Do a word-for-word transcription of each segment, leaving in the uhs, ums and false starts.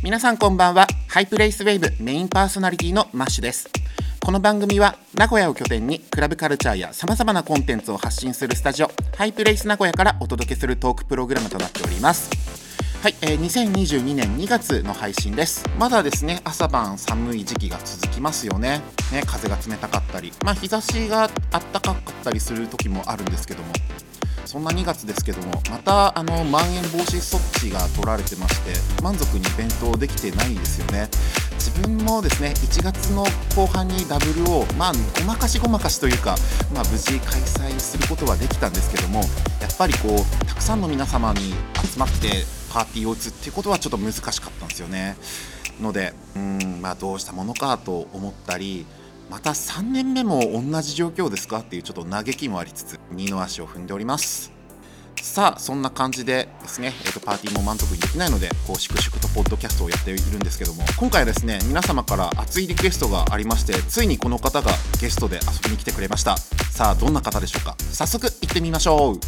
皆さんこんばんは。ハイプレイスウェーブメインパーソナリティのマッシュです。この番組は名古屋を拠点にクラブカルチャーやさまざまなコンテンツを発信するスタジオハイプレイス名古屋からお届けするトークプログラムとなっております。はい、えー、にせんにじゅうにねんにがつの配信です。まだですね、朝晩寒い時期が続きますよね。ね、風が冷たかったり、まあ、日差しがあったかかったりする時もあるんですけども、そんなにがつですけども、またあのまん延防止措置が取られてまして、満足にイベントできてないですよね。自分もですね、いちがつの後半に ダブリューオー、まあごまかしごまかしというか、まあ、無事開催することはできたんですけども、やっぱりこうたくさんの皆様に集まってパーティーを打つっていうことはちょっと難しかったんですよね。のでうーん、まあ、どうしたものかと思ったり、またさんねんめも同じ状況ですかっていうちょっと嘆きもありつつ、二の足を踏んでおります。さあそんな感じでですね、えーと、パーティーも満足にできないので、こう粛々とポッドキャストをやっているんですけども、今回はですね、皆様から熱いリクエストがありまして、ついにこの方がゲストで遊びに来てくれました。さあどんな方でしょうか。早速行ってみましょう。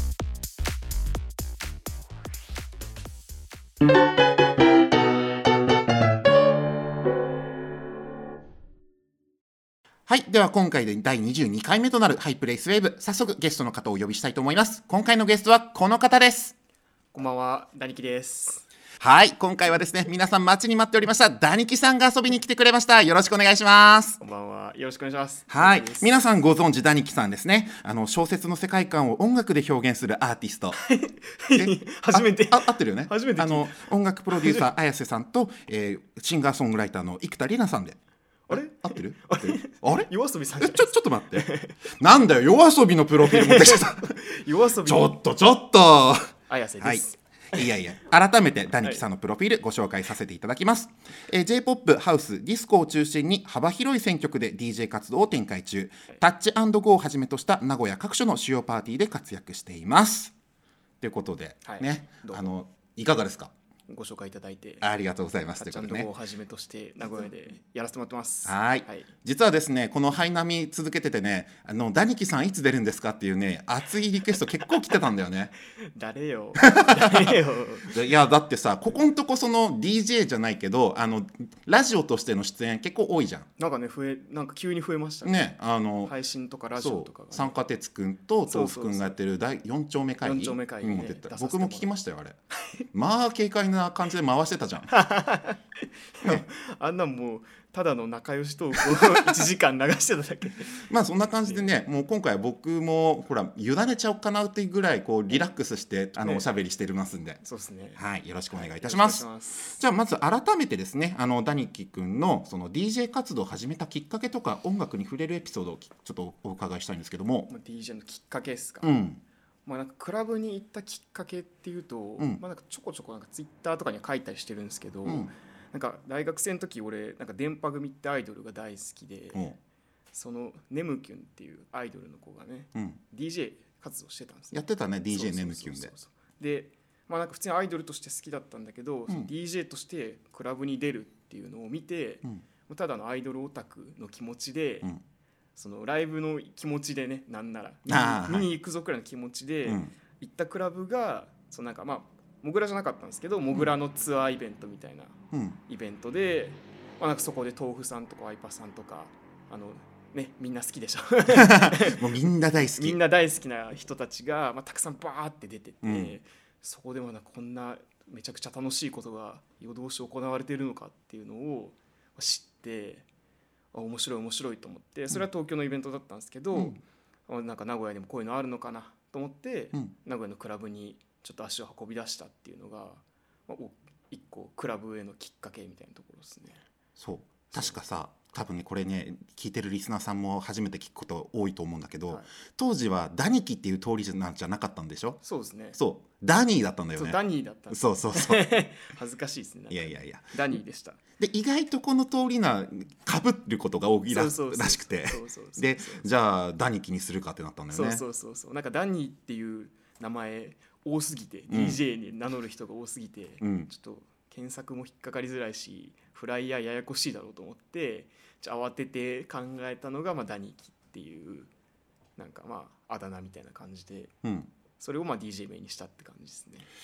はい、では今回でだいにじゅうにかいめとなるハイプレイスウェーブ、早速ゲストの方をお呼びしたいと思います。今回のゲストはこの方です。 こんばんは、ダニキです。 はい、今回はですね、皆さん待ちに待っておりましたダニキさんが遊びに来てくれました。よろしくお願いします。 こんばんは、よろしくお願いします。 はい、皆さんご存知ダニキさんですね。あの小説の世界観を音楽で表現するアーティスト初めてああ合ってるよね。 初めて聞いた。 あの音楽プロデューサー綾瀬さんと、えー、シンガーソングライターの生田里奈さんで、 あれ合ってる合ってるあれ夜遊びさんじゃないちょちょっと待ってなんだよ、夜遊びのプロフィール持ってきた夜遊びちょっとちょっと綾瀬です。 はい、いやいや、改めてダニキさんのプロフィールご紹介させていただきます。えー、J-ポップ、ハウス、ディスコを中心に幅広い選曲で ディージェー 活動を展開中、タッチ&ゴーをはじめとした名古屋各所の主要パーティーで活躍しています。ということで、はい、ね、あのいかがですか。 ご紹介いただいてありがとうございます。 タッチ&ゴーをはじめとして名古屋でやらせてもらってます。 はい、はい、実はですね、このハイナミ続けててね、あのダニキさんいつ出るんですかっていうね、熱いリクエスト結構来てたんだよね誰よ誰よいやだってさ、ここんとこその ディージェー じゃないけど、あのラジオとしての出演結構多いじゃん。 なんかね、増えなんか急に増えましたね。 ね、あの配信とかラジオとかが、ね、 三花鉄くんと豆腐くんがやってる第よん丁目会議、 よん丁目会議に、ね、 僕も聞きましたよあれまあ軽快な感じで回してたじゃんね、あんなんもうただの仲良しトークをいちじかん流してただけまあそんな感じでね、もう今回僕もほら委ねちゃおうかなっていうぐらいこうリラックスしてあの、ね、おしゃべりしてますんで、 そうですね、 はい、よろしくお願いいたします。じゃあまず改めてですね、あのダニキ君のその ディージェー 活動を始めたきっかけとか音楽に触れるエピソードをちょっとお伺いしたいんですけども。 ディージェー のきっかけですか。 うん、 まあ、なんかクラブに行ったきっかけっていうと、うん、まあ、なんかちょこちょこなんかツイッターとかには書いたりしてるんですけど、うん、なんか大学生の時俺なんか電波組ってアイドルが大好きで、うん、そのネムキュンっていうアイドルの子がね、うん、ディージェー 活動してたんですね。 やってたね ディージェー ネムキュンで。 で、まあ、なんか普通にアイドルとして好きだったんだけど、うん、ディージェー としてクラブに出るっていうのを見て、うん、ただのアイドルオタクの気持ちで、うん、そのライブの気持ちでね、なんなら見に行くぞくらいの気持ちで行ったクラブが、そのなんかまあモグラじゃなかったんですけど、モグラのツアーイベントみたいなイベントで、まあ、なんかそこで豆腐さんとかワイパさんとかあの、ね、みんな好きでしょもうみんな大好きみんな大好きな人たちが、まあ、たくさんバーって出てて、うん、そこでもなんかこんなめちゃくちゃ楽しいことが夜通し行われているのかっていうのを知って、面白い面白いと思って、それは東京のイベントだったんですけど、うん、なんか名古屋にもこういうのあるのかなと思って、うん、名古屋のクラブにちょっと足を運び出したっていうのが、まあ、一個クラブへのきっかけみたいなところですね。 そう、確かさ、多分ねこれね聞いてるリスナーさんも初めて聞くこと多いと思うんだけど、はい、当時はダニキっていう通りなんじゃなかったんでしょ。 そうですね。 そう、ダニーだったんだよね。 そう、ダニーだったんです。 そうそうそう恥ずかしいですね。 いやいやいや、 ダニーでした。 で意外とこの通りな被ることが多い ら, そうそうそうらしくて、でじゃあダニキにするかってなったんだよね。 そうそうそうそう、なんかダニーっていう名前多すぎて、うん、ディージェー に名乗る人が多すぎて、うん、ちょっと検索も引っかかりづらいしフライヤーややこしいだろうと思って、じゃ慌てて考えたのが、まあ、ダニキっていうなんかまああだ名みたいな感じで、うん、それをまあ ディージェー 名にしたって感じですね。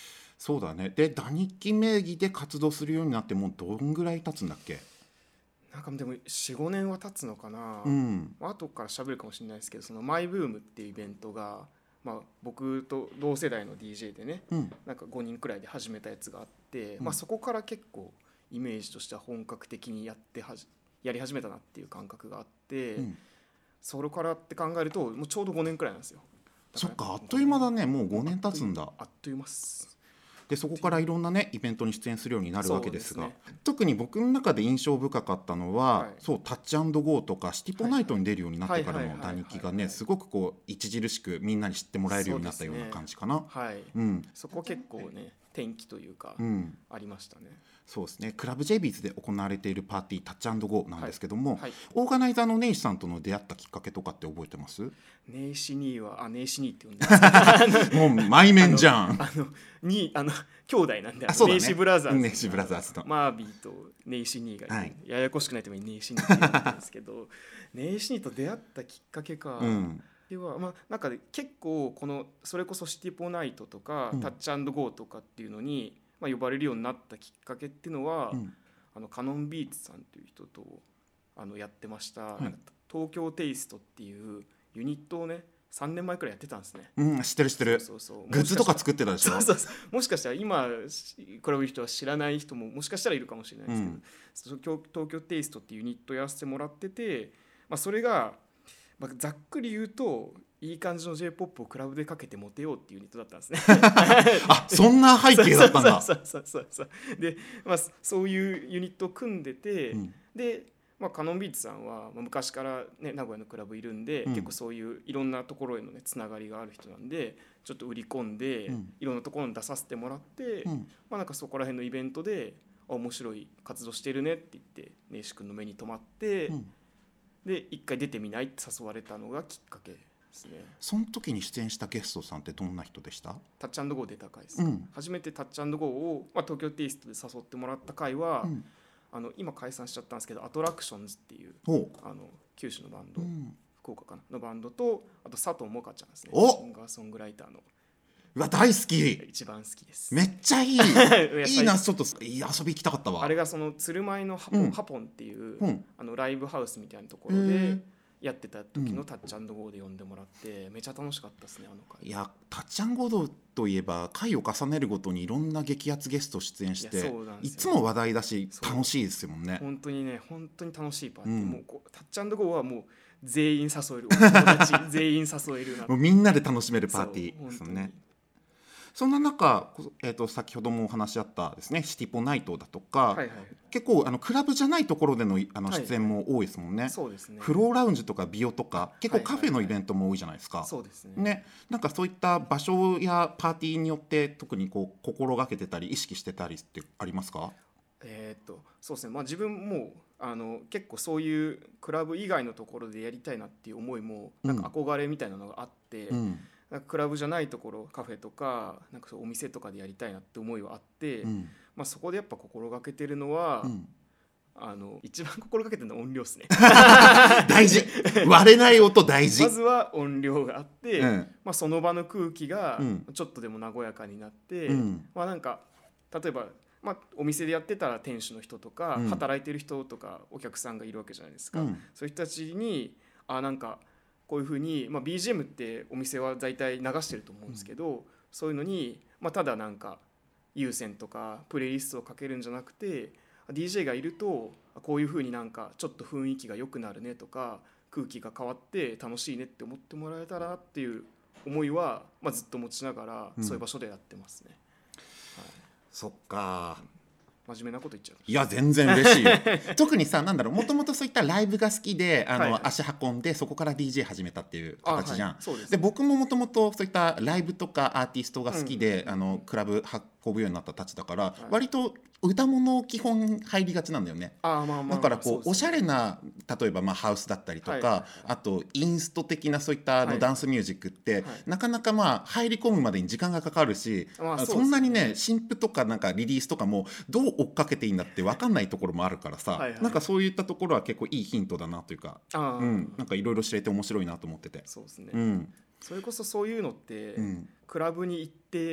そうだね。でダニッキ名義で活動するようになってもうどんぐらい経つんだっけ？ なんかでも よん,ご 年は経つのかな、 うんまあ後から喋るかもしれないですけど、そのマイブームっていうイベントが、まあ、僕と同世代の ディージェー でね、 うん、 なんかごにんくらいで始めたやつがあって、 うんまあ、そこから結構イメージとしては本格的にやってはじやり始めたなっていう感覚があって、 うん、 それからって考えるともうちょうどごねんくらいなんですよ。 そっか、あっという間だね。もうごねん経つんだ。 あっという間っす。 でそこからいろんなねイベントに出演するようになるわけですが、 そうですね、 特に僕の中で印象深かったのは、 はい、 そうタッチ&ゴーとかシティポナイトに出るようになってからのダニキがね、すごくこう著しくみんなに知ってもらえるようになったような感じかな。 はい、 うん、 そこ結構ね転機というか、 うん、 ありましたね。 そうですね。クラブ ジェイビーズで行われているパーティータッチ&ゴーなんですけども、 はいはい、 オーガナイザーのネイシさんとの出会ったきっかけとかって覚えてます？ ネイシニーはあネイシニーって呼んでますもう前面じゃん。 あのにあの兄弟なんで、 あそうだね、 ネイシブラザーズ、 ネイシブラザーズのマービーとネイシニーがいて、 はい、 ややこしくないとネイシニーって言うんですけどネイシニーと出会ったきっかけか、うん、ではまあなんか結構このそれこそシティポナイトとか、うん、タッチ&ゴーとかっていうのに、まあ、呼ばれるようになったきっかけっていうのは、うん、あのカノンビーツさんという人とあのやってました、はい、東京テイストっていうユニットをねさんねんまえくらいやってたんですね。 うん、知ってる知ってる。 そうそうそう、 グッズとか作ってたでしょ。 そうそうそう、もしかしたら今比べる人は知らない人ももしかしたらいるかもしれないですけど、うん、東京テイストっていうユニットやらせてもらってて、まあ、それが、まあ、ざっくり言うといい感じの J-ポップ をクラブでかけてモテようっていうユニットだったんですね。 あ、そんな背景だったんだ。 そうそうそうそうで、まあ、そういうユニットを組んでて、うん、でまあ、カノンビーツさんは昔から、ね、名古屋のクラブいるんで、うん、結構そういういろんなところへの、ね、つながりがある人なんでちょっと売り込んで、うん、いろんなところに出させてもらって、うん、まあ、なんかそこら辺のイベントで面白い活動してるねって言ってネイシ君の目に留まって、うん、で一回出てみないって誘われたのがきっかけですね。 その時に出演したゲストさんってどんな人でした？ タッチ&ゴー出た回です、うん、初めてタッチ&ゴーを、まあ、東京テイストで誘ってもらった回は、うん、あの今解散しちゃったんですけどアトラクションズっていうあの九州のバンド、うん、福岡かなのバンドとあと佐藤萌歌ちゃんですね、シンガーソングライターの。 うわ大好き。 一番好きです。めっちゃいいいいな。ちょっといい遊び行きたかったわ。 あれがその鶴舞のハポン、うん、ハポンっていう、うん、あのライブハウスみたいなところでやってた時のタッチ&ゴーで呼んでもらって、めちゃ楽しかったですね、あの回。 いやタッチ&ゴーといえば回を重ねるごとにいろんな激アツゲスト出演して い, いつも話題だし楽しいですもんね。 本当にね本当に楽しいパーティー、うん、もうこうタッチ&ゴーはもう全員誘える友達全員誘えるなもうみんなで楽しめるパーティーですね。そんな中、えー、と先ほどもお話しあったですねシティポナイトだとか、はいはい、結構あのクラブじゃないところでの、あの出演も多いですもんね、はいはい、 そうですね。 フローラウンジとかビオとか結構カフェのイベントも多いじゃないですか。 そうですね。 ね、なんかそういった場所やパーティーによって特にこう心がけてたり意識してたりってありますか？ えー、っとそうですね、まあ、自分もあの結構そういうクラブ以外のところでやりたいなっていう思いもなんか憧れみたいなのがあって、うんうんなんかクラブじゃないところカフェとか、なんかそうお店とかでやりたいなって思いはあって、うんまあ、そこでやっぱ心がけてるのは、うん、あの一番心がけてるのは音量ですね大事割れない音大事まずは音量があって、うんまあ、その場の空気がちょっとでも和やかになって、うんまあ、なんか例えば、まあ、お店でやってたら店主の人とか、うん、働いてる人とかお客さんがいるわけじゃないですか、うん、そういう人たちにあなんかこういうふうに、まあ、ビージーエム ってお店は大体流してると思うんですけど、うん、そういうのに、まあ、ただなんか有線とかプレイリストをかけるんじゃなくて ディージェー がいるとこういうふうになんかちょっと雰囲気が良くなるねとか空気が変わって楽しいねって思ってもらえたらっていう思いは、まあ、ずっと持ちながらそういう場所でやってますね、 うんはい、そっか真面目なこと言っちゃう。 いや全然嬉しいよ特にさなんだろうもともとそういったライブが好きであの、はいはい、足運んでそこから ディージェー 始めたっていう形じゃん、はいそうですね、で僕ももともとそういったライブとかアーティストが好きで、うん、あのクラブ運ぶようになったたちだから、はい、割と歌物基本入りがちなんだよね。 あまあまあまあだからこう、ね、おしゃれな例えばまあハウスだったりとか、はいはいはい、あとインスト的なそういったあの、はい、ダンスミュージックって、はい、なかなかまあ入り込むまでに時間がかかるし、まあ そ, そんなにね新譜とかなんかリリースとかもどう追っかけていいんだって分かんないところもあるからさはい、はい、なんかそういったところは結構いいヒントだなというか、うん、なんかいろいろ知れて面白いなと思ってて。 そうですね、 うん、 それこそそういうのって、うん、クラブに行って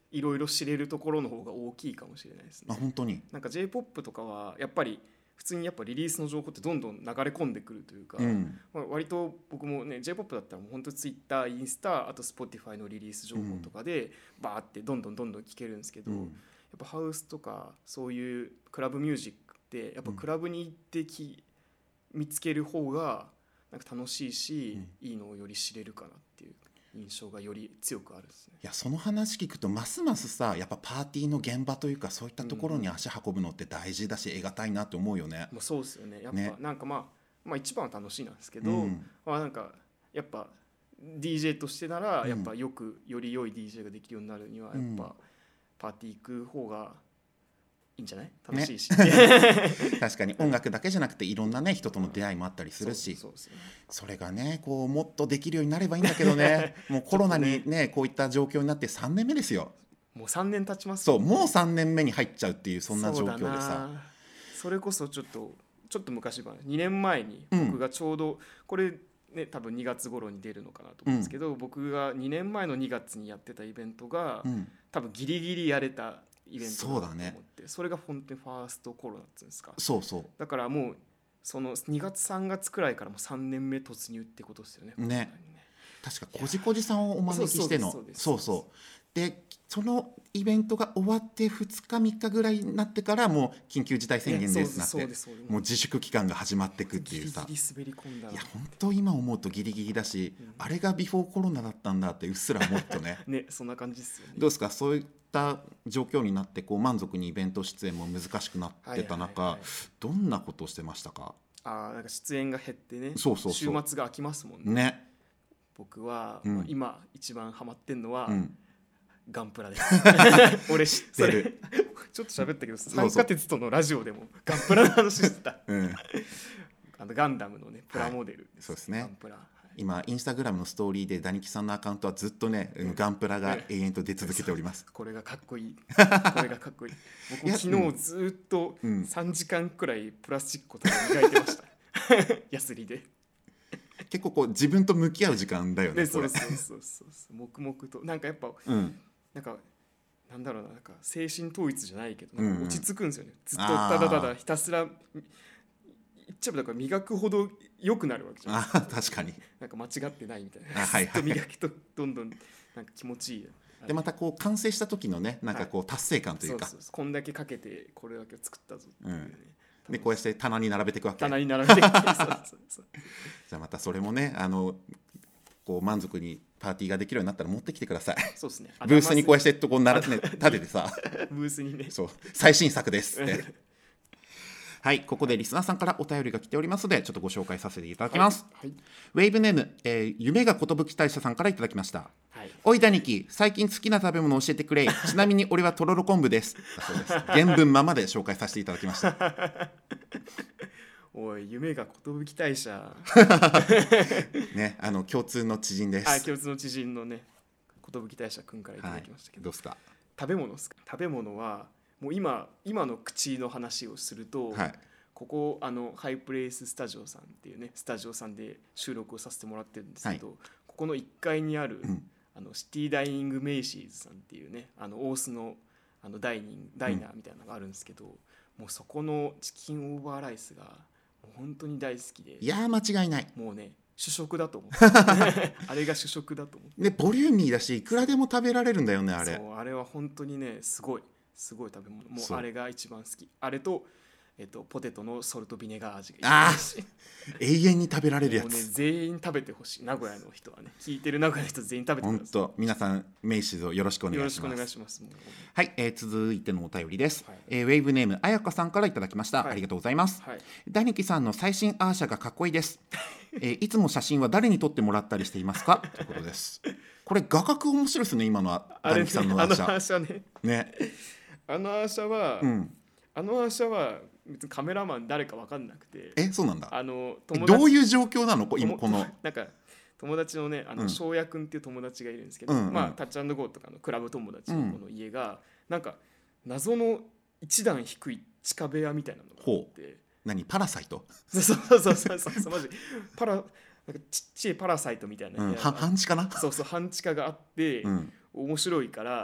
いろいろ知れるところの方が大きいかもしれないですね。 あ本当になんか J-ポップ とかはやっぱり普通にやっぱリリースの情報ってどんどん流れ込んでくるというか、 うんまあ、割と僕もね J-ポップ だったらもう本当 Twitter、インスタ、あと Spotify のリリース情報とかでバーってどんどんどんどん聞けるんですけど、 うんやっぱハウスとかそういうクラブミュージックってやっぱクラブに行ってき見つける方がなんか楽しいし、うん、いいのをより知れるかなっていう印象がより強くあるですね。 いやその話聞くとますますさやっぱパーティーの現場というかそういったところに足運ぶのって大事だし得難いなって思うよね。 もうそうですよね。やっぱなんかまあ、ね、まあ一番は楽しいなんですけど、 うん、 まあなんかやっぱ ディージェー としてならやっぱよくより良い ディージェー ができるようになるにはやっぱパーティー行く方がいいんじゃない楽しいし、 ね、確かに音楽だけじゃなくていろんなね人との出会いもあったりするし、 そうそうそう、ね、 それがねこうもっとできるようになればいいんだけどねもうコロナにねこういった状況になってさんねんめですよ。 もうさんねん経ちます、ね、 そうもうさんねんめに入っちゃうっていうそんな状況でさそ, それこそちょっとちょっと昔話にねんまえに僕がちょうど、うん、これね多分にがつ頃に出るのかなと思うんですけど、うん、僕がにねんまえのにがつにやってたイベントが、うん、多分ギリギリやれたイベントだと思って、 そ, ね、それが本当にファーストコロナっていうんですか。 そうそうだからもうそのにがつさんがつくらいからもうさんねんめ突入ってことですよね。 ね、ね確かこじこじさんをお招きしてのそうそうでそのイベントが終わってふつかみっかぐらいになってからもう緊急事態宣言ですなってもう自粛期間が始まっていくっていうさ、 ギリギリ滑り込んだ。 いや本当今思うとギリギリだし、うん、あれがビフォーコロナだったんだってうっすら思うとねねそんな感じですよね。 どうですかそういった状況になってこう満足にイベント出演も難しくなってた中、はいはいはい、どんなことをしてましたか。 あなんか出演が減ってねそうそうそう週末が空きますもんね。 ね僕は、うんまあ、今一番ハマってんのは、 うんガンプラです俺知ってるちょっと喋ったけど酸化鉄とのラジオでもガンプラの話してた、うん、あのガンダムのねプラモデルです、 はい、そうですね。 ガンプラ、はい、 今インスタグラムのストーリーでダニキさんのアカウントはずっとね、うん、ガンプラが永遠と出続けております、 これがかっこいいこれがかっこいい僕も昨日ずっとさんじかんくらいプラスチックとか磨いてましたヤスリで結構こう自分と向き合う時間だよね。 そうそうそうそう黙々となんかやっぱ、うんなんかなんだろうな、なんか精神統一じゃないけどなんか落ち着くんですよね、うんうん、ずっとただただひたすら言っちゃえばだから磨くほど良くなるわけじゃないですか。 あ確かになんか間違ってないみたいな、 あ、はいはい、 ずっと磨きとどんどんなんか気持ちいいでまたこう完成した時のねなんかこう達成感というか、 はい、そうそうそうこんだけかけてこれだけ作ったぞっていうね、 うん、でこうやって棚に並べていくわけ。 棚に並べていくそうそうそうじゃあまたそれもねあのこう満足にパーティーができるようになったら持ってきてください。 そうですね。 ブースにこうしてとこうなら、ね、立ててさブースにねそう最新作ですってはいここでリスナーさんからお便りが来ておりますのでちょっとご紹介させていただきます、はいはい、ウェーブネーム、えー、夢が寿大社さんからいただきました、はい、おいだにき最近好きな食べ物を教えてくれちなみに俺はとろろ昆布ですそうです原文ままで紹介させていただきましたおい夢が寿大社ねあの共通の知人です。 あ共通の知人のね寿大社くんからいただきましたけど、 はい、どうですか。 食べ物ですか。食べ物はもう 今, 今の口の話をすると、はい、ここあのハイプレイススタジオさんっていうねスタジオさんで収録をさせてもらってるんですけど、はい、ここのいっかいにある、うん、あのシティダイニングメイシーズさんっていうねあの大須のあのダイニングダイナーみたいなのがあるんですけど、うん、もうそこのチキンオーバーライスがもう本当に大好きで。 いや間違いない。 もうね主食だと思うあれが主食だと思う。 でボリューミーだしいくらでも食べられるんだよねあれ。 そうあれは本当にねすごいすごい食べ物。もうあれが一番好き。あれとえっと、ポテトのソルトビネガー味があ永遠に食べられるやつ。 もう、ね、全員食べてほしい。名古屋の人はね聞いてる名古屋の人全員食べてください。 本当皆さんメイシズをよろしくお願いします。 よろしくお願いします。 はい、えー、続いてのお便りです、はいえー、ウェーブネームあやかさんからいただきました、はい、ありがとうございます、はい、ダニキさんの最新アーシャがかっこいいです、えー、いつも写真は誰に撮ってもらったりしていますかということです。これ画角面白いですね今のダニキさんのアーシャ。 あのアーシャねねあのアーシャは、うん、あのアーシャは別にカメラマン誰か分かんなくて。 えそうなんだ。 あの友達どういう状況なの今このなんか友達のねあの翔也君っていう友達がいるんですけど、うんまあ、タッチ&ゴーとかのクラブ友達のこの家が、うん、なんか謎の一段低い地下部屋みたいなのがあって。 何パラサイト。 そうそうそうそうそうマジパラなんかちっちゃいパラサイトみたいな部屋が、 うん、半地下な。 そうそう半地下があって、うん、面白いから、うん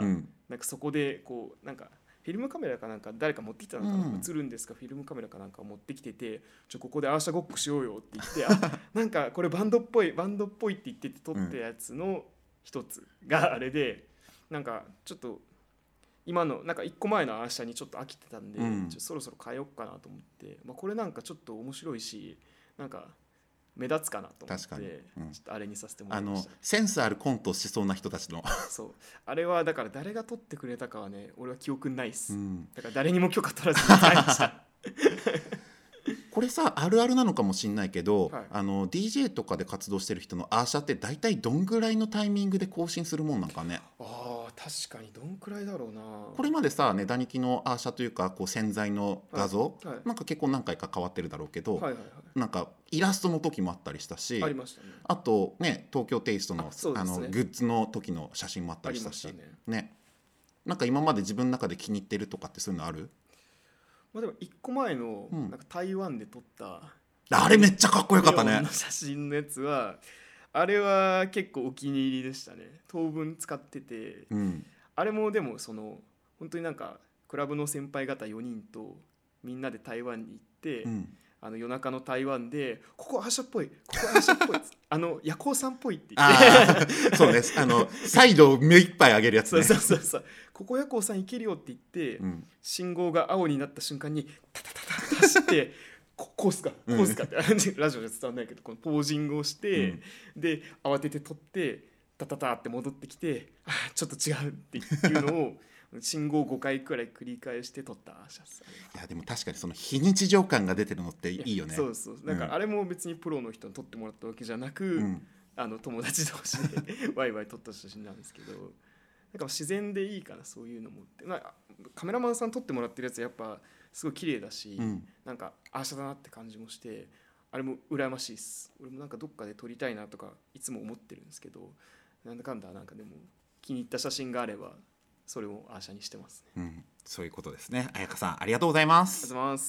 なんかそこでこうなんかフィルムカメラかなんか誰か持ってきたのかな、 うん映るんですかフィルムカメラかなんか持ってきてて、ちょここでアーシャごっこしようよって言ってあなんかこれバンドっぽいバンドっぽいって言ってて撮ったやつの一つがあれで、なんかちょっと今のなんかいっこまえのアーシャにちょっと飽きてたんで、 うんちょっとそろそろ変えようかなと思って、まあ、これなんかちょっと面白いしなんか目立つかなと思って、 確かにうんちょっとあれにさせてもらあのいました。 センスあるコントをしそうな人たちの、 そうあれはだから誰が撮ってくれたかはね俺は記憶ないっす、 うん、 だから誰にも許可取らずに使いましたこれさあるあるなのかもしれないけど、 はいあの ディージェー とかで活動してる人のアーシャって大体どんぐらいのタイミングで更新するもんなんかね。 あー確かにどんくらいだろうな。 これまでさねダニキのアーシャというかこう潜在の画像、 はいはいなんか結構何回か変わってるだろうけど、 はいはいはいなんかイラストの時もあったりしたし、 ありましたね。 あとね東京テイストのあそうですねあのグッズの時の写真もあったりしたしありましたねね、なんか今まで自分の中で気に入ってるとかってそういうのある？ まあ、でもいっこまえのうんなんか台湾で撮ったあれめっちゃかっこよかったねネオンの。写真のやつはあれは結構お気に入りでしたね。当分使ってて、 うんあれもでもその本当になんかクラブの先輩方よにんとみんなで台湾に行って、 うんあの夜中の台湾でここアーシャっぽいここアーシャっぽいあの夜行さんっぽいって言ってああそうですあのサイドを目いっぱい上げるやつね。 そうそうそうそうここ夜行さん行けるよって言って、 うん信号が青になった瞬間にタタタタって走ってここうすかこうすかって、ラジオで伝わんないけどこのポージングをして、 うんで慌てて撮ってタタタって戻ってきてあちょっと違うっていうのを信号ごかいくらい繰り返して撮ったアーシャス。 いやでも確かにその非日常感が出てるのっていいよね。 そうそうだからあれも別にプロの人に撮ってもらったわけじゃなく、 うんあの友達同士でワイワイ撮った写真なんですけど、なんか自然でいいからそういうのもって、まあ、カメラマンさん撮ってもらってるやつやっぱすごい綺麗だし、 うんなんかアーシャだなって感じもして、あれも羨ましいです。俺もなんかどっかで撮りたいなとかいつも思ってるんですけど、なんだかんだなんかでも気に入った写真があればそれをアーシャにしてますね。 うん、そういうことですね。彩香さんありがとうございまありがす。 とうございます。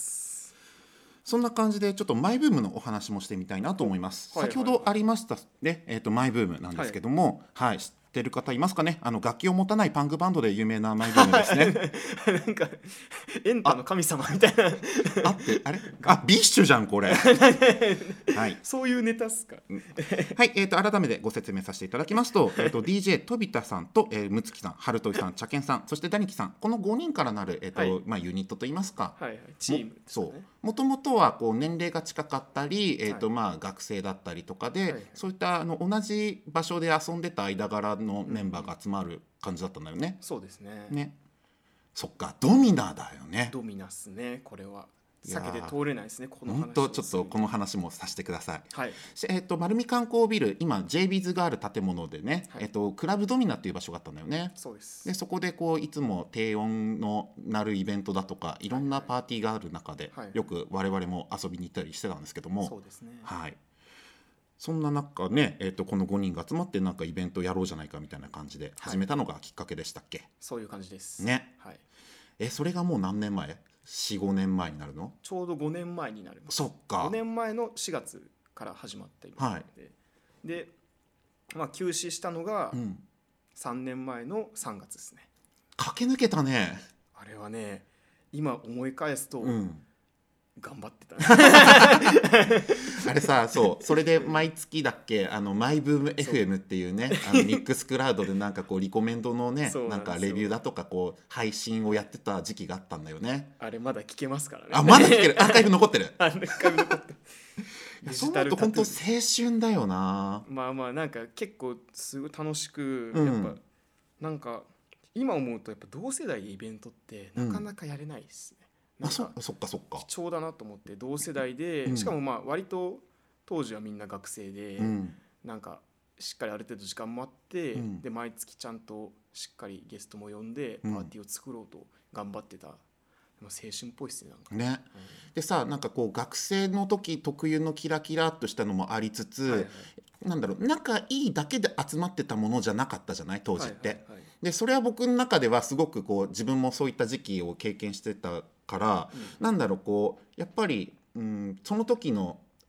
そんな感じでちょっとマイブームのお話もしてみたいなと思います。 はいはいはい先ほどありましたね、えーとマイブームなんですけども、はい、知ってる方いますかね。あの楽器を持たないパンクバンドで有名なマイブームですね。 なんかエンタの神様みたいなあってあれあビッシュじゃんこれ。はい。 そういうネタっすか。 はい、えー、と改めてご説明させていただきますと、えー、と ディージェー 飛田さんと、えー、むつきさん、春戸井さん、茶健さん、そしてダニキさん、このごにんからなる、えーとはいまあ、ユニットといいますか、 はいはい、チームですもよね。 もともとはこう年齢が近かったり、えーとはいまあ、学生だったりとかで、 はいはいそういったあの同じ場所で遊んでた間柄のメンバーが集まる感じだったんだよね。 そうですね。 ね、そっかドミナーだよね。 ドミナスね、これはいやー避けて通れないですね。この話本当ちょっとこの話もさせてください。 はいえっと丸見観光ビル、今 ジェイビズ がある建物でね、 はいえっとクラブドミナっていう場所があったんだよね。 そうです。 でそこでこういつも低音の鳴るイベントだとかいろんなパーティーがある中で、 はいよく我々も遊びに行ったりしてたんですけども、 そうですね。 はい、そんな中ね、えっとこのごにんが集まってなんかイベントやろうじゃないかみたいな感じで始めたのがきっかけでしたっけ。 そういう感じです。 ね。 はい。 えそれがもう何年前 ?よん、ごねんまえになるの？ ちょうどごねんまえになります。 そっか。 ごねんまえのしがつから始まったイベントはいで、で、まあ休止したのがうん、 さんねんまえのさんがつですね。 駆け抜けたね。 あれはね、今思い返すとうん頑張ってた、 あれさそうそれで毎月だっけあのマイブーム エフエム っていうねあのミックスクラウドでなんかこうリコメンドのねそうなんですよなんかレビューだとかこう配信をやってた時期があったんだよね。 あれまだ聞けますからね。 あまだ聞けるアーカイブ残ってる。 あれ紙残ってるデそうジタル思うと本当タトゥー青春だよな。 まあまあなんか結構すごい楽しく、 うんやっぱなんか今思うとやっぱ同世代でイベントってなかなかやれないですね、なんかあそそっかそっか。 貴重だなと思って同世代で、 うんしかもまあ割と当時はみんな学生で、 うんなんかしっかりある程度時間もあって、 うんで毎月ちゃんとしっかりゲストも呼んでうんパーティーを作ろうと頑張ってた、でも青春っぽいっすねなんか、 ねでさなんかこう学生の時特有のキラキラっとしたのもありつつ、 うんはいはいなんだろう仲いいだけで集まってたものじゃなかったじゃない当時って。 はいはいはいでそれは僕の中ではすごくこう自分もそういった時期を経験してたから、 うんなんだろうこうやっぱり、うん、その時の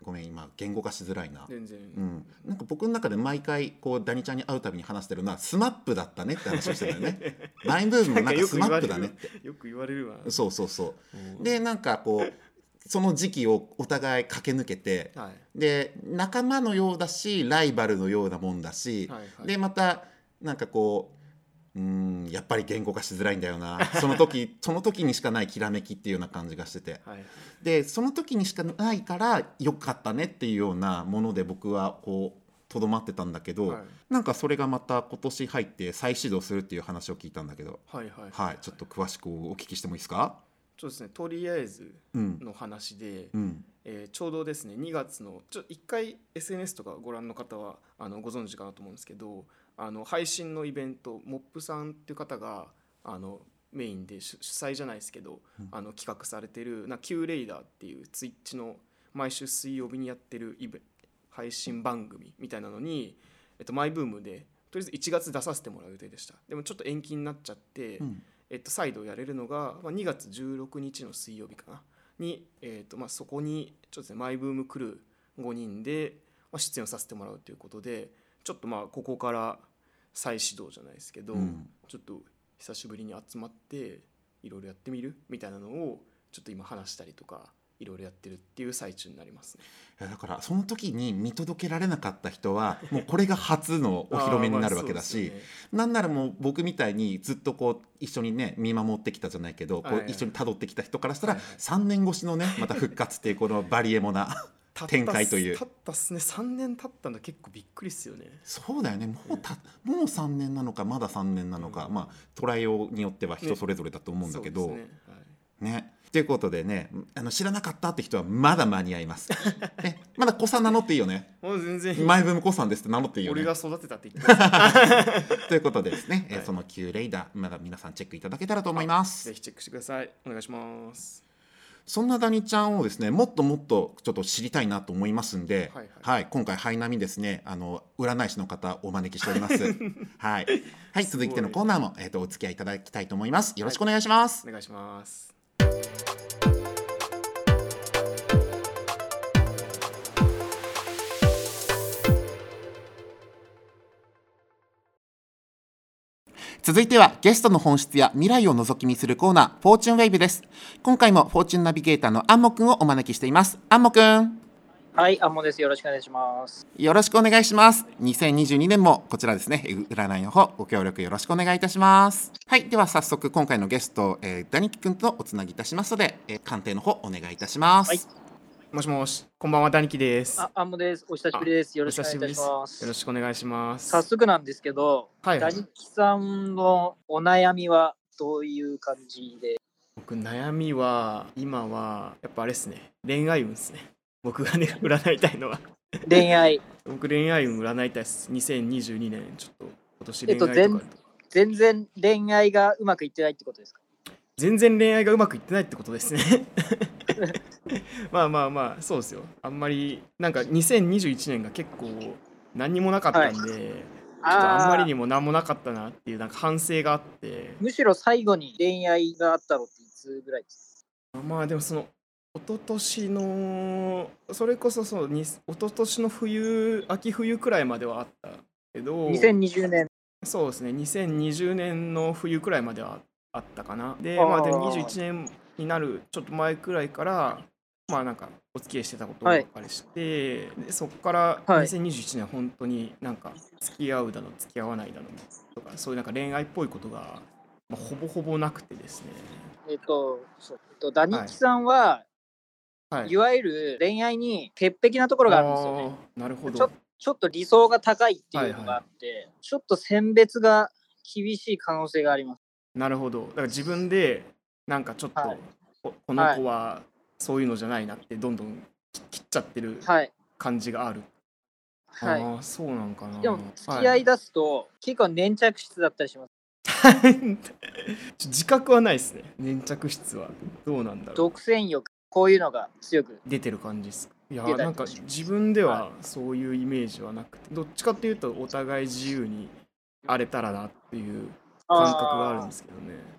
ごめん今言語化しづらいな。 全然、 うん、なんか僕の中で毎回こうダニちゃんに会うたびに話してるのはスマップだったねって話をしてるよねマイブームもなんかスマップだねってよく言われるわ。 そうそうそう。でなんかこうその時期をお互い駆け抜けて、はい、で仲間のようだしライバルのようなもんだし、はいはい、でまたなんかこううーんやっぱり言語化しづらいんだよなその時その時にしかないきらめきっていうような感じがしてて、はい、でその時にしかないからよかったねっていうようなもので僕はこうとどまってたんだけど、はい、なんかそれがまた今年入って再始動するっていう話を聞いたんだけど、はいはいはいはい、ちょっと詳しくお聞きしてもいいですか？ そうですね、とりあえずの話で、うんえー、ちょうどですねにがつのちょいっかい エスエヌエス とかご覧の方はあのご存知かなと思うんですけど、あの配信のイベントモップさんっていう方があのメインで主催じゃないですけど、うん、あの企画されてるな Q レイダーっていうツイッチの毎週水曜日にやってるイベ配信番組みたいなのに、えっと、マイブームでとりあえずいちがつ出させてもらう予定でした。でもちょっと延期になっちゃって、うんえっと、再度やれるのが、まあ、にがつじゅうろくにちの水曜日かなに、えっとまあ、そこにちょっとですねマイブームクルーごにんで、まあ、出演をさせてもらうということで、ちょっとまあここから再始動じゃないですけど、うん、ちょっと久しぶりに集まっていろいろやってみるみたいなのをちょっと今話したりとかいろいろやってるっていう最中になりますね。 いやだからその時に見届けられなかった人はもうこれが初のお披露目になるわけだし、ね、なんならもう僕みたいにずっとこう一緒にね見守ってきたじゃないけど、こう一緒に辿ってきた人からしたらさんねんごしのねまた復活っていうこのバリエモな展開という。 たったっすね、さんねん経ったんだ、結構びっくりっすよね。 そうだよね、もうたもうさんねんなのかまださんねんなのか、うん、まあ捉えようによっては人それぞれだと思うんだけど、ね、そうですね、はいねということでね、あの知らなかったって人はまだ間に合いますえまだ子さん名乗っていいよね。 もう全然マイブーム子さんですって名乗っていいよね。 俺が育てたって言ってますということでですね、はい、その Q レイダーまだ皆さんチェックいただけたらと思います。 ぜひチェックしてください。お願いします。 そんなダニちゃんをですねもっともっとちょっと知りたいなと思いますんで、はいはいはい、今回ハイナミですねあの占い師の方お招きしておりますはい、はい、続いてのコーナーも、えー、とお付き合いいただきたいと思います。よろしくお願いします。 はい、お願いします。 続いてはゲストの本質や未来を覗き見するコーナーフォーチュンウェイブです。今回もフォーチュンナビゲーターのアンモくんをお招きしています。アンモくん。 はい、アンモです。よろしくお願いします。 よろしくお願いします。にせんにじゅうにねんもこちらですね占いの方ご協力よろしくお願いいたします。はい、では早速今回のゲスト、えー、ダニキくんとおつなぎいたしますので、えー、鑑定の方お願いいたします。はい、 もしもし、こんばんは、ダニキです。 あ、アンモです。お久しぶりです。よろしくお願いいたします。 よろしくお願いします。 早速なんですけど、はいはい、ダニキさんのお悩みはどういう感じで？ 僕悩みは今はやっぱあれですね、恋愛運ですね。僕がね占いたいのは恋愛。 僕恋愛運占いたいです。にせんにじゅうにねんちょっと今年恋愛とか、えっと、 全然恋愛がうまくいってないってことですか？ 全然恋愛がうまくいってないってことですねまあまあまあそうですよ。あんまりなんかにせんにじゅういちねんが結構何にもなかったんで、はい、ちょっとあんまりにも何もなかったなっていうなんか反省があって、 むしろ最後に恋愛があったのっていつぐらいですか？まあでもその一昨年のそれこそそうに一昨年の冬秋冬くらいまではあったけど、 にせんにじゅうねんそうですねにせんにじゅうねんの冬くらいまではあったかな。でまあでにじゅういちねんになるちょっと前くらいからまあなんかお付き合いしてたことをお別れして、はい、でそこからにせんにじゅういちねんは本当になんか付き合うだの付き合わないだのとかそういうなんか恋愛っぽいことが、まあ、ほぼほぼなくてですね。 えっとそうえっとダニキさんは、はい、いわゆる恋愛に潔癖なところがあるんですよね。 なるほど。 ちょ、ちょっと理想が高いっていうのがあって、はいはい、ちょっと選別が厳しい可能性があります。 なるほど。だから自分でなんかちょっと、はい、こ, この子はそういうのじゃないなってどんどん切っちゃってる感じがある。はい。ああ、そうなんかな。 でも付き合い出すと、はい、結構粘着質だったりします。 自覚はないですね。粘着質はどうなんだろう。 独占欲こういうのが強く出てる感じです。いやなんか自分ではそういうイメージはなくて、どっちかっていうとお互い自由に荒れたらなっていう感覚があるんですけどね。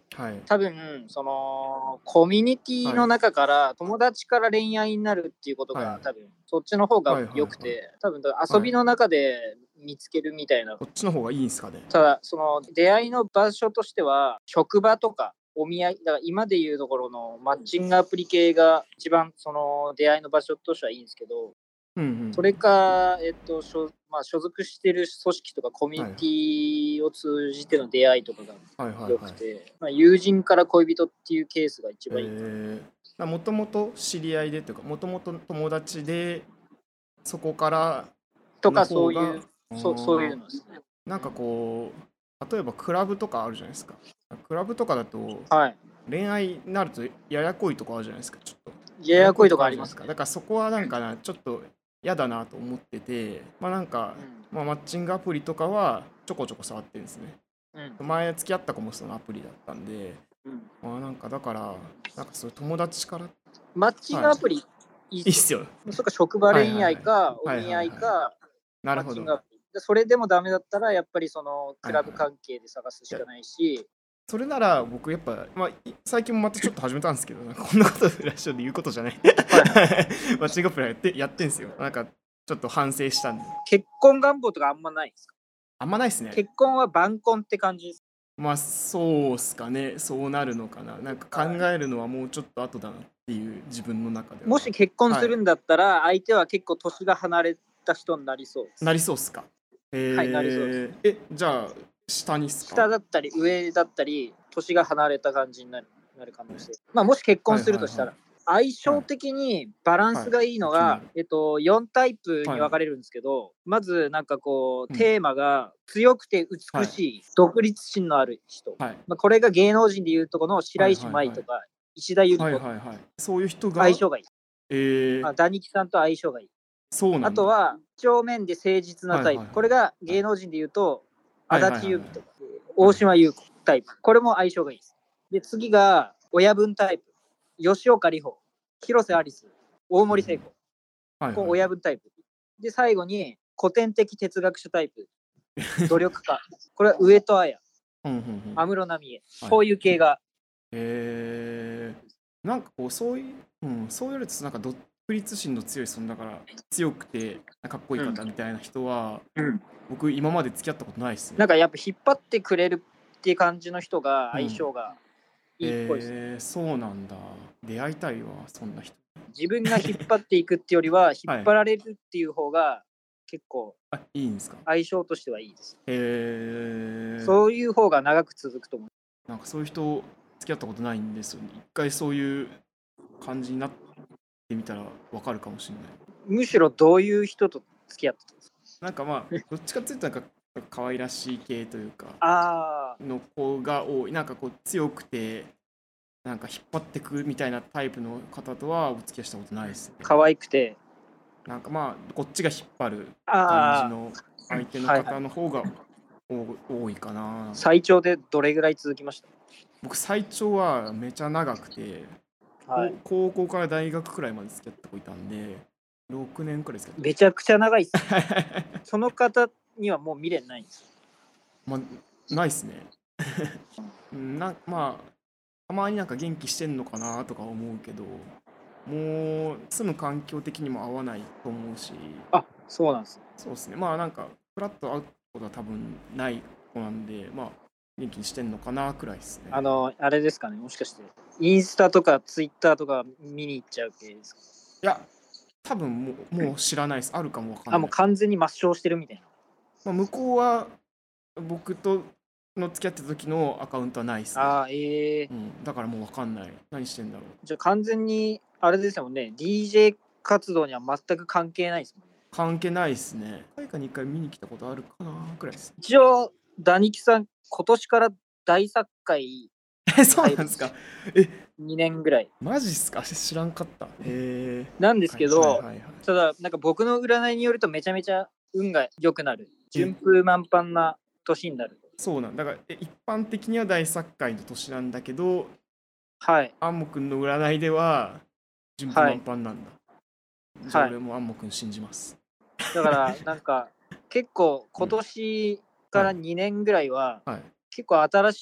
はい。 多分そのコミュニティの中から友達から恋愛になるっていうことはい。 が多分そっちの方がはいはいはい。 良くて、多分遊はい。 びの中で見つけるみたいな。 こっちの方がいいんすかね。 ただその出会いの場所としては職場とかお見合いだから今でいうところのマッチングアプリ系が一番その出会いの場所としてはいいんですけど、 うんうん。 それか、えっと所まあ、所属してる組織とかコミュニはい。 ティを通じての出会いとかがはいはいはい。 良くて、まあ、友人から恋人っていうケースが一番いいかな。 ええ、もともと知り合いでというか、もともと友達で、そこからのとかそ方が、 ういう、 うそそういーん、 うのですね。 なんかこう、例えばクラブとかあるじゃないですか。クラブとかだと、 はい。 恋愛になるとややこいとかあるじゃないですか、ちょっと。 やややこいとやこいとかかあるじゃないですか。 ありますね。 だからそこはなんかな、ちょっと嫌だなと思ってて、まあなんか、 うん。 まあ、マッチングアプリとかはちょこちょこ触ってるんですね。 うん。 前付き合った子もそのアプリだったんで、 うん。 まあなんかだから、なんかそういう友達から、 マッチングはい、 アプリいいっすよ。 いいっすよ。 そっか職場恋はいはいはい。 愛かお見合いはいはいはい。 かなるほど。 マッチングアプリ。でそれでもダメだったらやっぱりそのクはいはい。 ラブ関係で探すいや、 しかないし、 それなら僕やっぱ、まあ、い最近もまたちょっと始めたんですけど、なんかこんなことラジオで言うことじゃない。 はいはい。 マッチングアプリやってやってんすよ。なんかちょっと反省したんで。 結婚願望とかあんまないですか？ あんまないっすね。 結婚は晩婚って感じです。 まあそうっすかね。そうなるのかな。なんか考はい。 えるのはもうちょっと後だなっていう自分の中では。 もし結婚はい。 するんだったら相手は結構年が離れた人になりそうでなす。 りそうっすか。 はい、なりそうです。 えー、え、じゃあ下にっすか？ 下だったり上だったり年が離れた感じになるなる可能性。まあもし結婚はいはいはい。 するとしたら相はい。 性的にバランはい。 スがいいのが、 気になる。 えっと、よんタイプはいはい。 に分かれるんですけど、まずなんかこううん。 テーマが強くてはい。 美しい独立心のある人、 はい。 まあ、これが芸能人でいうとこの白はい石はいはい。 麻衣とか石田ゆりはい子、 はいはい。そういう人が、 相性がいい。 えー、 あ、ダニキさんと相性がいい。 そうなんだ。 あとは、几帳面で誠実なタイプ。 はいはいはい。 これがはい。 芸能人で言うと、 はい足はいはいはい。 立由美とか、 はいはい。 大島優子タイプ。これも相性がいいです。で、次が、親分タイプ。吉岡里帆、広瀬アリス、大森聖子。このはいはいはい。 親分タイプ。で、最後に、古典的哲学者タイプ。努力家。これは上戸彩、 うんうんうん。 安室奈美恵。 はい。 こういう系が。 えー、なんかこう、そういう、うん、そう言われると、なんか独立心の強い、そのだから、強くてかっこいいうん。 方みたいな人は、 うん。 僕、今まで付き合ったことないですね。 なんかやっぱ引っ張ってくれるっていう感じの人がうん。 相性がいいっぽいですね。 えー、そうなんだ。出会いたいわ、そんな人。 自分が引っ張っていくってよりは、引はい。 っ張られるっていう方が結構あ、いいんですか？ 相性としてはいいです。 へえー、 そういう方が長く続くと思う。 なんかそういう人付き合ったことないんですよね。一回そういう感じになってみたらわかるかもしれない。 むしろどういう人と付き合ってたんですか？ なんかまあ、どっちかっていうとなんか可愛らしい系というか、 ああ、 の子が多い。なんかこう強くて、なんか引っ張ってくみたいなタイプの方とはお付き合いしたことないですね。 可愛くて。 なんかまあ、こっちが引っ張る感じあの相手あ、 のはいはい。 方の方が多多いかな。 最長でどれぐらい続きまし僕最長はめちゃ長くて、 た？はい。 高校から大学くらいまで付き合った子いたんで、ろくねんくらい付き合っめちゃくちゃ長いっす。 た。 その方にはもう未練ないんですよ。 まあ、ないっすね。うんなまあ、たまになんか元気してんのかなとか思うけど、もう住む環境的にも合わないと思うし、 あ、そうなんですね。 そうですね。まあなんか、フラッと会うことは多分ない子なんで、まあ、元気にしてんのかなくらいですね。 あの、あれですかね、もしかして、インスタとかツイッターとか見に行っちゃう系ですか？ いや、多分もうもう知らないです。あるかもわかあ、もうんない。 完全に抹消してるみたいな。 まあ、向こうは僕との付き合ってた時のアカウントはないですね。 ああ、ええうん、だからもうわかんない。何してんだろう。 じゃあ完全に、あれですもんね、ディージェー 活動には全く関係ないですもんね。 関係ないですね。いっかいかにいっかい見に来たことあるかなくらいです。 一応、ダニキさん、今年から大作会え、 にそうな入るんですか？え、 にねんぐらい。 マジっすか？知らんかった。へえ。 なんですけど、 はいはいはいはい。 ただ、なんか僕の占いによるとめちゃめちゃ運が良くなる。順風満帆な年になる。 そうなんだからえ一般的には大作会の年なんだけど、 はい。 アンモ君の占いでは順風はい。 満帆なんだ。じゃあはい。 俺もアンモ君信じます。 だから、なんか、結構今年からはいにねんぐらいは、 はい。 結構新しい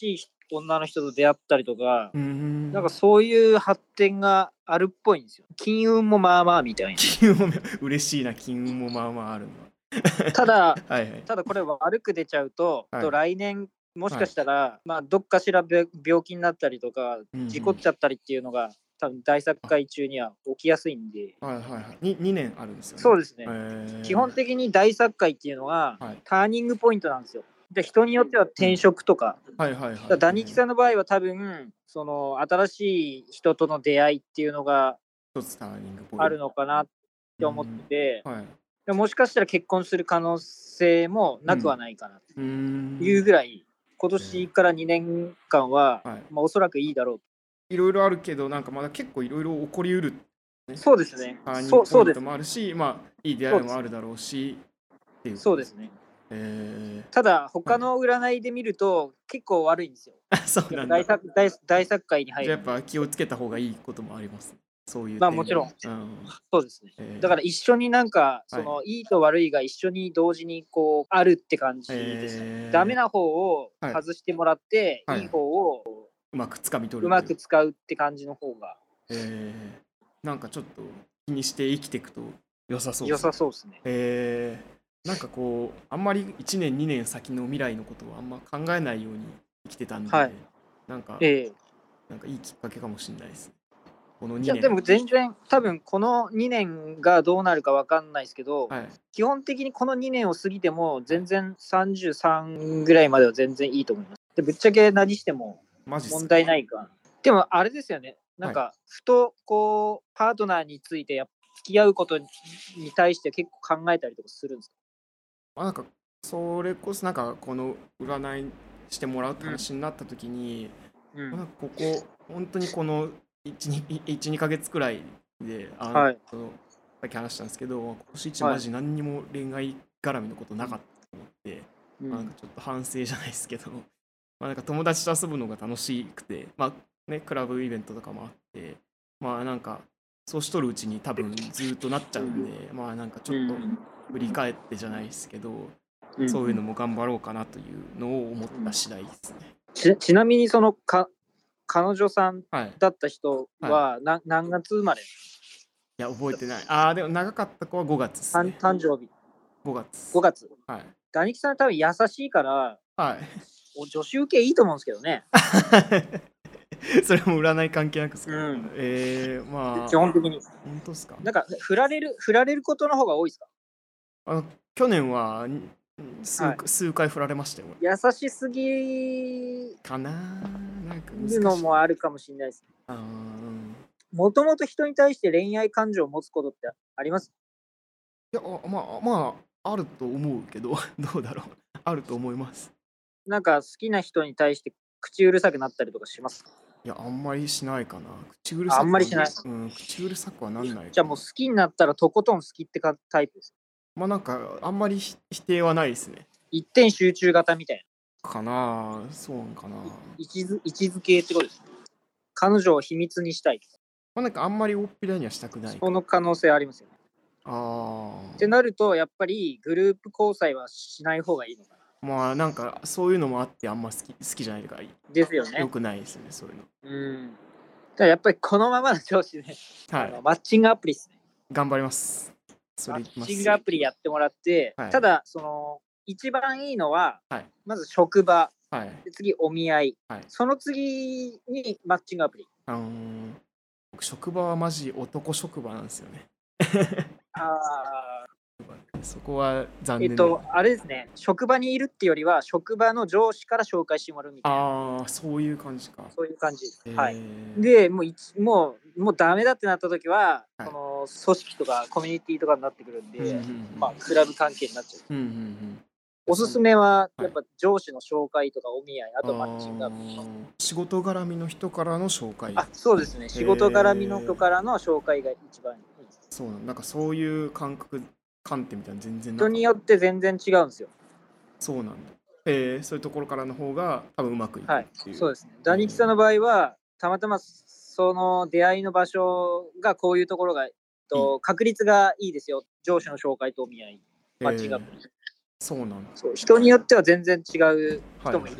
女の人と出会ったりとか、 うん、 なんかそういう発展があるっぽいんですよ。金運もまあまあみたいな。 金運も嬉しいな、金運もまあまああるのは。 ただ、 はいはい。 ただこれ悪く出ちゃうと、 はいと来年もしかしたら、まあどっかしら病病気になったりとか、 うんうん事故っちゃったりっていうのが多分大作会中には起きやすいんで、 はいはいはい。ににねんあるんですよね。 そうですね。 へー基本的に大作会っていうのははいターニングポイントなんですよ。で人によっては転職とか、 はいはいはい。 だからダニキさんの場合は多分その新しい人との出会いっていうのが一つターニングポイントあるのかなって思ってて、 はい。 でもしかしたら結婚する可能性もなくはないかなうーんというぐらい、今年からにねんかんは、 はいまあ、おそらくいいだろいろいろあるけど、なんかまだ結構いろいろ起こりうるう。そうですね。 ターニンそうそうですグポイント。もあるし、まあいい出会いもあるだろうしっていう。 そうですね。 えただ他の占いで見ると結構悪いんですよ。 ー、そうなんだ。 大作大大作会に入る。 じゃあやっぱ気をつけた方がいいこともあります。そういう点まあもちろん。 うんそうですね。 えーだから一緒になんかその、い、いと悪いが一緒に同時にこうあるって感じですね。 えーダメな方を外してもらって、 はいい、い方をうまくつかみ取るうまく使うって感じの方がえー、なんかちょっと気にして生きていくと良さそう良ですねさそうですね。 えー、なんかこうあんまりいちねんにねん先の未来のことをあんま考えないように生きてたんで、 はいなんか、 ええなんかいいきっかけかもしれないですこのいにねんやでも全然多分このにねんがどうなるかわかんないですけど、 はい基本的にこのにねんを過ぎても全然さんじゅうさんぐらいまでは全然いいと思います。でぶっちゃけ何してもマジっすか問題ないか。でもあれですよね。なんかふとこうパートナーについてやっ付き合うことに対して結構考えたりとかするんですか？ あなんかそれこそなんかこの占いしてもらうって話になった時に、 うんなんかここ本当にこのいち、にかげつくらいであの、 はいそのさっき話したんですけど今年一はいマジ何にも恋愛絡みのことなかったと思って、 うんまあ、なんかちょっと反省じゃないですけど、まあなんか友達と遊ぶのが楽しくて、まあね、クラブイベントとかもあってまあなんかそうしとるうちに多分ずっとなっちゃうんで、まあなんかちょっと振り返ってじゃないですけど、 うんそういうのも頑張ろうかなというのを思った次第ですね。 ちちなみにそのか彼女さんはい。いだった人は、な何月生まれ？ や、覚えてない。ああ、でも長かった子はごがつです誕ね。 誕生日ごがつ。 ごがつ。 はい。 ダニキさん多分優しいからはい。 お女子受けいいと思うんですけどね。 それも占い関係なくですか、 うんえー、まあ、 基本的に。 本当ですかなんか振られる振られることの方が多いですか？ あの去年はん数,、 はい数回振られましたよ。 優しすぎかななんか難しいるのもあるかもしれないです。 あーうんもともと人に対して恋愛感情を持つことってあります？ いや、あまあ、まあ、あると思うけど、どうだろう。あると思います。 なんか好きな人に対して口うるさくなったりとかしますか？ いや、あんまりしないかな。口うるさくはあんまりしない。 うん、口うるさくはなんないかな。 じゃあもう好きになったらとことん好きってかタイプです。 まあなんか、あんまりひ否定はないですね。 一点集中型みたいな。 かなそうかな。 位置づ位置づけってことです。彼女を秘密にしたい。 まあなんかあんまり大っぴらにはしたくない。 その可能性ありますよね。 あってなるとやっぱりグループ交際はしない方がいいのかな。 あ。まあなんかそういうのもあってあんま好き好きじゃないからですよね。 よくないですね、そういうの。 うん。だからやっぱりこのままの調子で、 はいあのマッチングアプリですね。 頑張ります。そマれいきます。 ッチングアプリやってもらって、 はいただその一番いいのは、 はいまず職場、 はい。 で次お見合い、 はいその次にマッチングアプリ。 あのー僕職場はマジ男職場なんですよね。 あそこは残念。 えっと、あれですね、職場にいるってよりは、職場の上司から紹介してもらうみたいな、 ああ、そういう感じか。 そういう感じです。 えーはい。で、もういち、もう、もうダメだってなった時は、 はいその組織とかコミュニティとかになってくるんで、 うんうんうんまあ、クラブ関係になっちゃう。 うんうんうん。 おすすめは、 はいやっぱ上司の紹介とかお見合い、あとマッチングアプリ。 あー仕事絡みの人からの紹介。 あ、そうですね。仕事絡みの人からの紹介が一番いいです。 そうなんなんかそういう感覚観点みたいなの全然なかった人によって全然違うんですよ。 そうなんだ。えー、そういうところからの方が多分うまくいくはいっていう。。 そうですね。ダニキさんの場合は、たまたまその出会いの場所がこういうところが、と確率がいいですよ。上司の紹介とお見合い、マッチングアプリ。 そうなんだ。 そう人によっては全然違う人もいるんですよね。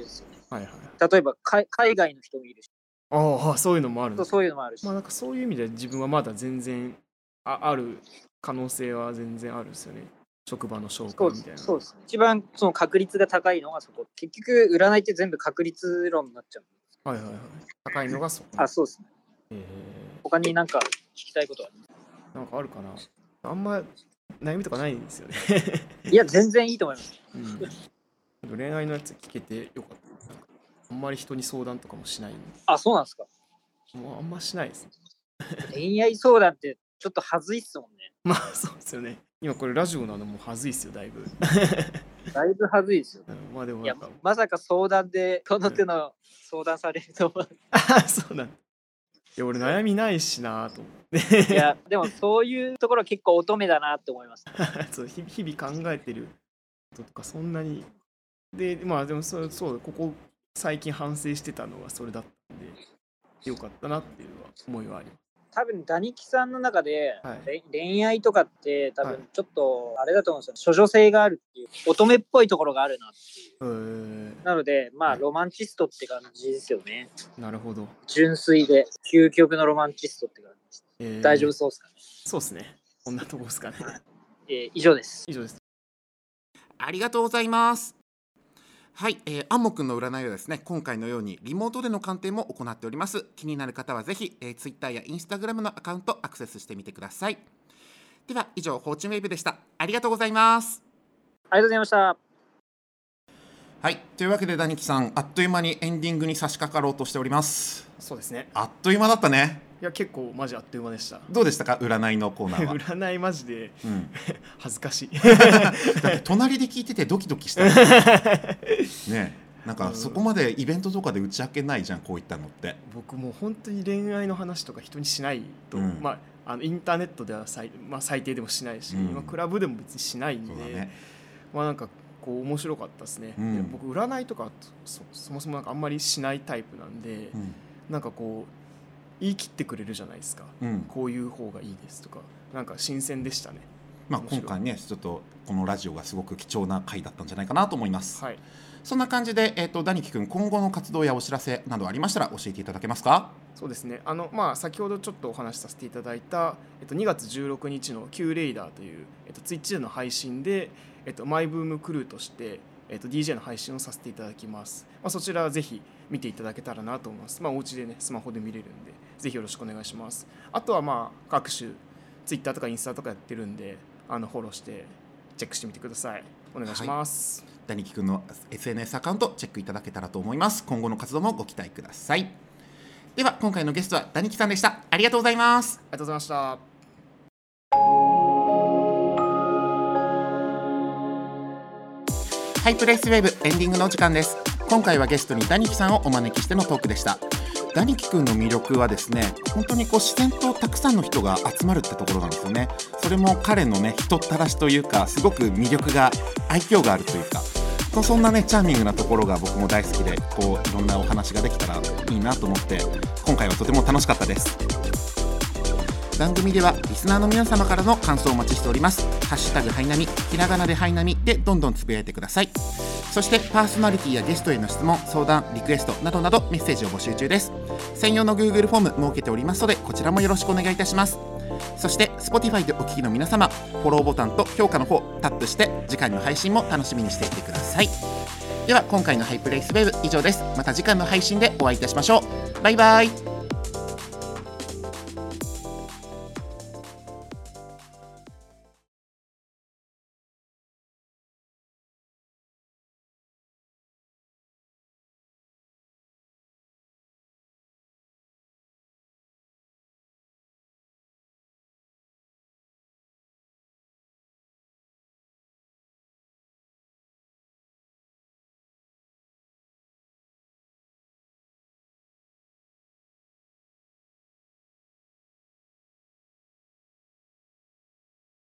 はいはい、 例えば海外の人もいるし、 ああそういうのもあるんです。そういうのもあるし、 まあ、なんかそういう意味で自分はまだ全然 あ, ある可能性は全然あるんですよね。職場の紹介みたいな。 そうですね。一番その確率が高いのがそこ。結局占いって全部確率論になっちゃう。 はいはいはい。高いのがそこ。 あ、そうですね。 えー、 他になんか聞きたいことはあります？ なんかあるかな。あんま悩みとかないんですよね。 いや全然いいと思います。 うん、恋愛のやつ聞けてよかった。なんかあんまり人に相談とかもしないんで。 あ、そうなんですか。 もうあんましないです。 恋愛相談ってちょっと恥ずいっすもんね。 まあそうですよね。今これラジオなのも恥ずいっすよだいぶ。 だいぶ恥ずいですよ。 うん、まあでもいやまさか相談でこの手の相談されるとは。 あ、そうなんだ。いや俺悩みないしなと思って。 いやでもそういうところ結構乙女だなって思います。 そう日々考えてることとかそんなにでまあでもそうそうここ最近反省してたのがそれだったんでよかったなっていう思いはあります。 多分ダニキさんの中で、 はい、 恋愛とかって多分ちょっとあれだと思うんですよ、処女性があるっていう乙女っぽいところがあるなっていう、なのでまあ、はい、ロマンチストって感じですよね。 なるほど。 純粋で究極のロマンチストって感じです、えー、大丈夫そうですかね。 そうですね。こんなとこですかね。はい、 えー、以上です以上です。 ありがとうございます。はい、えー、アンモくんの占いはですね、今回のようにリモートでの鑑定も行っております。気になる方はぜひ、えー、Twitter や Instagram のアカウントアクセスしてみてください。では以上、フォーチュンウェーブでした。ありがとうございます。 ありがとうございました。 はい、というわけでダニキさん、あっという間にエンディングに差し掛かろうとしております。 そうですね。 あっという間だったね。 いや結構マジあっという間でした。 どうでしたか、占いのコーナーは。 占いマジで、うん、恥ずかしい。 だって隣で聞いててドキドキしたね。なんかそこまでイベントとかで打ち明けないじゃん、こういったのって。 僕もう本当に恋愛の話とか人にしないと、うん、まあ、あのインターネットでは最、まあ、最低でもしないし、うんまあ、クラブでも別にしないんで、ね、まあなんかこう面白かったですね、うん、僕占いとか そ, そもそもなんかあんまりしないタイプなんで、うん、なんかこう言い切ってくれるじゃないですか、うん、こういう方がいいですとか、なんか新鮮でしたね。 まあ、今回ねちょっとこのラジオがすごく貴重な回だったんじゃないかなと思います、はい、そんな感じで、えーと、ダニキ君今後の活動やお知らせなどありましたら教えていただけますか。 そうですね、あの、まあ、先ほどちょっとお話しさせていただいた、えっと、にがつじゅうろくにちの Q レイダーという、えっと、Twitch での配信で、えっと、マイブームクルーとして、えっと、ディージェー の配信をさせていただきます、まあ、そちらはぜひ見ていただけたらなと思います、まあ、お家でねスマホで見れるんでぜひよろしくお願いします。あとはまあ各種 Twitter とかインスタとかやってるんであのフォローしてチェックしてみてください。お願いします。 はい、ダニキ君の エスエヌエス アカウントチェックいただけたらと思います。今後の活動もご期待ください。では今回のゲストはダニキさんでした。ありがとうございます。 ありがとうございました。 ハイプレイスウェーブエンディングのお時間です。今回はゲストにダニキさんをお招きしてのトークでした。ダニキ君の魅力はですね、本当にこう自然とたくさんの人が集まるってところなんですよね。それも彼のね人ったらしというか、すごく魅力が愛嬌があるというか、そんなねチャーミングなところが僕も大好きで、こういろんなお話ができたらいいなと思って今回はとても楽しかったです。番組ではリスナーの皆様からの感想をお待ちしております。ハッシュタグハイナミ、ひらがなでハイナミでどんどんつぶやいてください。そしてパーソナリティやゲストへの質問、相談、リクエストなどなどメッセージを募集中です。専用の Google フォーム設けておりますので、こちらもよろしくお願いいたします。そして Spotify でお聞きの皆様、フォローボタンと評価の方タップして次回の配信も楽しみにしていてください。では今回のハイプレイスウェーブ以上です。また次回の配信でお会いいたしましょう。バイバイ。